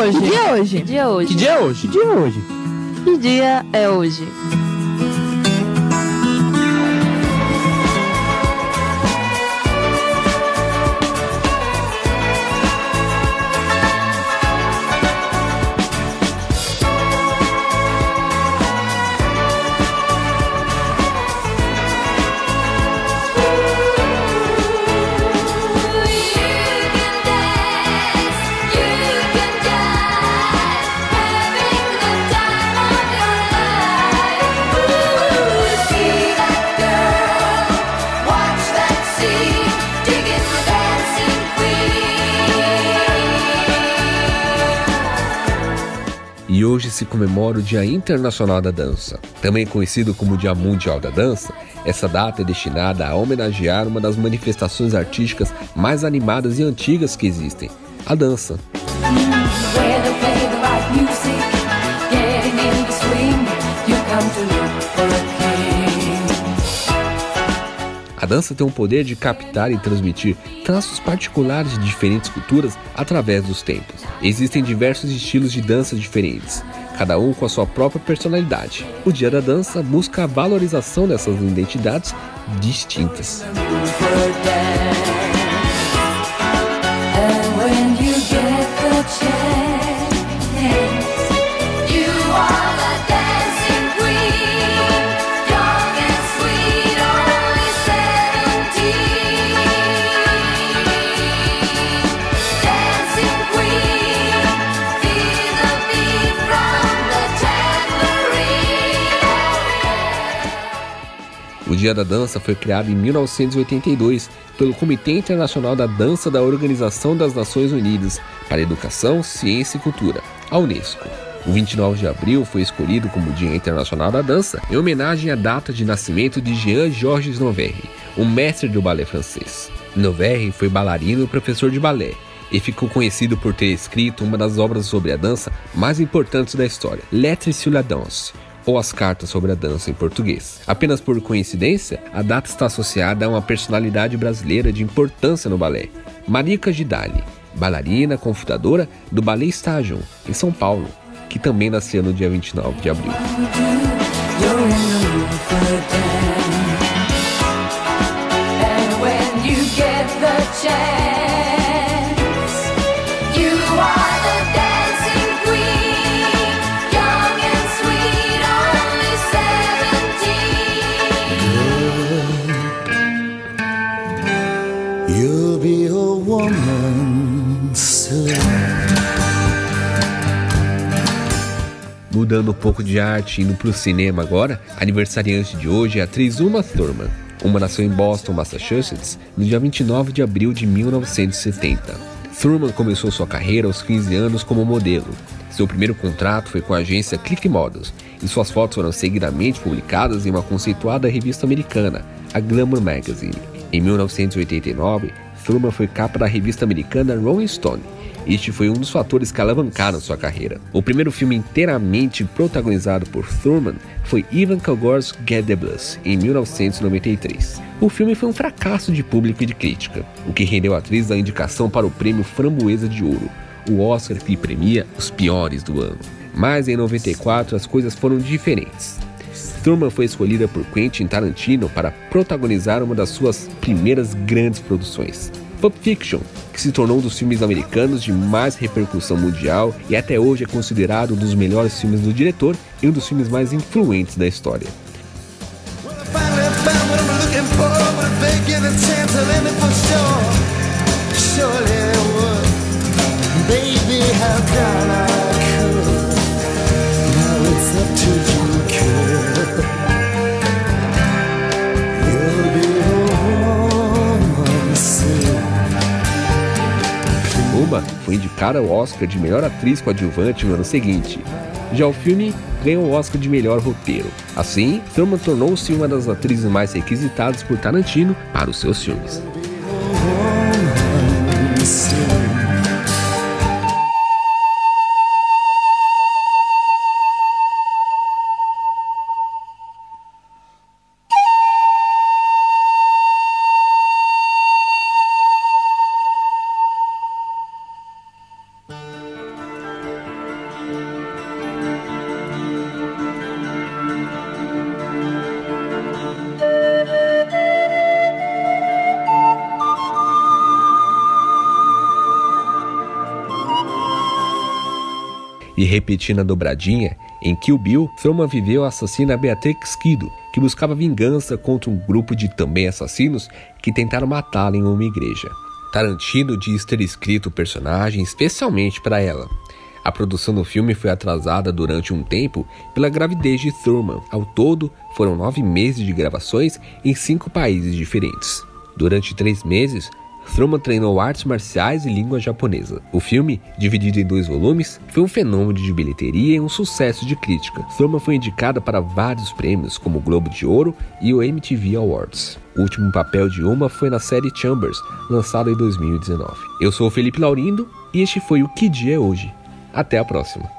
hoje? Que dia é hoje? Que dia é hoje? Que dia é hoje? Que dia é hoje? Que dia é hoje? E hoje se comemora o Dia Internacional da Dança. Também conhecido como Dia Mundial da Dança, essa data é destinada a homenagear uma das manifestações artísticas mais animadas e antigas que existem, a dança. A dança tem o poder de captar e transmitir traços particulares de diferentes culturas através dos tempos. Existem diversos estilos de dança diferentes, cada um com a sua própria personalidade. O Dia da Dança busca a valorização dessas identidades distintas. O Dia da Dança foi criado em 1982 pelo Comitê Internacional da Dança da Organização das Nações Unidas para Educação, Ciência e Cultura, a Unesco. O 29 de abril foi escolhido como Dia Internacional da Dança em homenagem à data de nascimento de Jean-Georges Noverre, um mestre do balé francês. Noverre foi bailarino e professor de balé e ficou conhecido por ter escrito uma das obras sobre a dança mais importantes da história, Lettres sur la danse, ou As Cartas sobre a Dança em português. Apenas por coincidência, a data está associada a uma personalidade brasileira de importância no balé, Marica Gidali, bailarina cofundadora do Ballet Station, em São Paulo, que também nasceu no dia 29 de abril. You'll be a woman soon. Mudando um pouco de arte e indo para o cinema agora, a aniversariante de hoje é a atriz Uma Thurman. Uma nasceu em Boston, Massachusetts, no dia 29 de abril de 1970. Thurman começou sua carreira aos 15 anos como modelo. Seu primeiro contrato foi com a agência Click Models, e suas fotos foram seguidamente publicadas em uma conceituada revista americana, a Glamour Magazine. Em 1989, Thurman foi capa da revista americana Rolling Stone. Este foi um dos fatores que alavancaram sua carreira. O primeiro filme inteiramente protagonizado por Thurman foi Ivan Kilgore's Get the Blues, em 1993. O filme foi um fracasso de público e de crítica, o que rendeu a atriz a indicação para o prêmio Framboesa de Ouro, o Oscar que premia os piores do ano. Mas em 94 as coisas foram diferentes. Thurman foi escolhida por Quentin Tarantino para protagonizar uma das suas primeiras grandes produções, Pulp Fiction, que se tornou um dos filmes americanos de mais repercussão mundial e até hoje é considerado um dos melhores filmes do diretor e um dos filmes mais influentes da história. Uma foi indicada ao Oscar de melhor atriz coadjuvante no ano seguinte. Já o filme ganhou o Oscar de melhor roteiro. Assim, Thurman tornou-se uma das atrizes mais requisitadas por Tarantino para os seus filmes. E repetindo a dobradinha, em Kill Bill, Thurman viveu a assassina Beatrix Kiddo, que buscava vingança contra um grupo de também assassinos que tentaram matá-la em uma igreja. Tarantino diz ter escrito o personagem especialmente para ela. A produção do filme foi atrasada durante um tempo pela gravidez de Thurman. Ao todo, foram 9 meses de gravações em 5 países diferentes. Durante 3 meses, Thurman treinou artes marciais e língua japonesa. O filme, dividido em 2 volumes, foi um fenômeno de bilheteria e um sucesso de crítica. Thurman foi indicada para vários prêmios, como o Globo de Ouro e o MTV Awards. O último papel de Uma foi na série Chambers, lançada em 2019. Eu sou o Felipe Laurindo e este foi o Que Dia é Hoje. Até a próxima.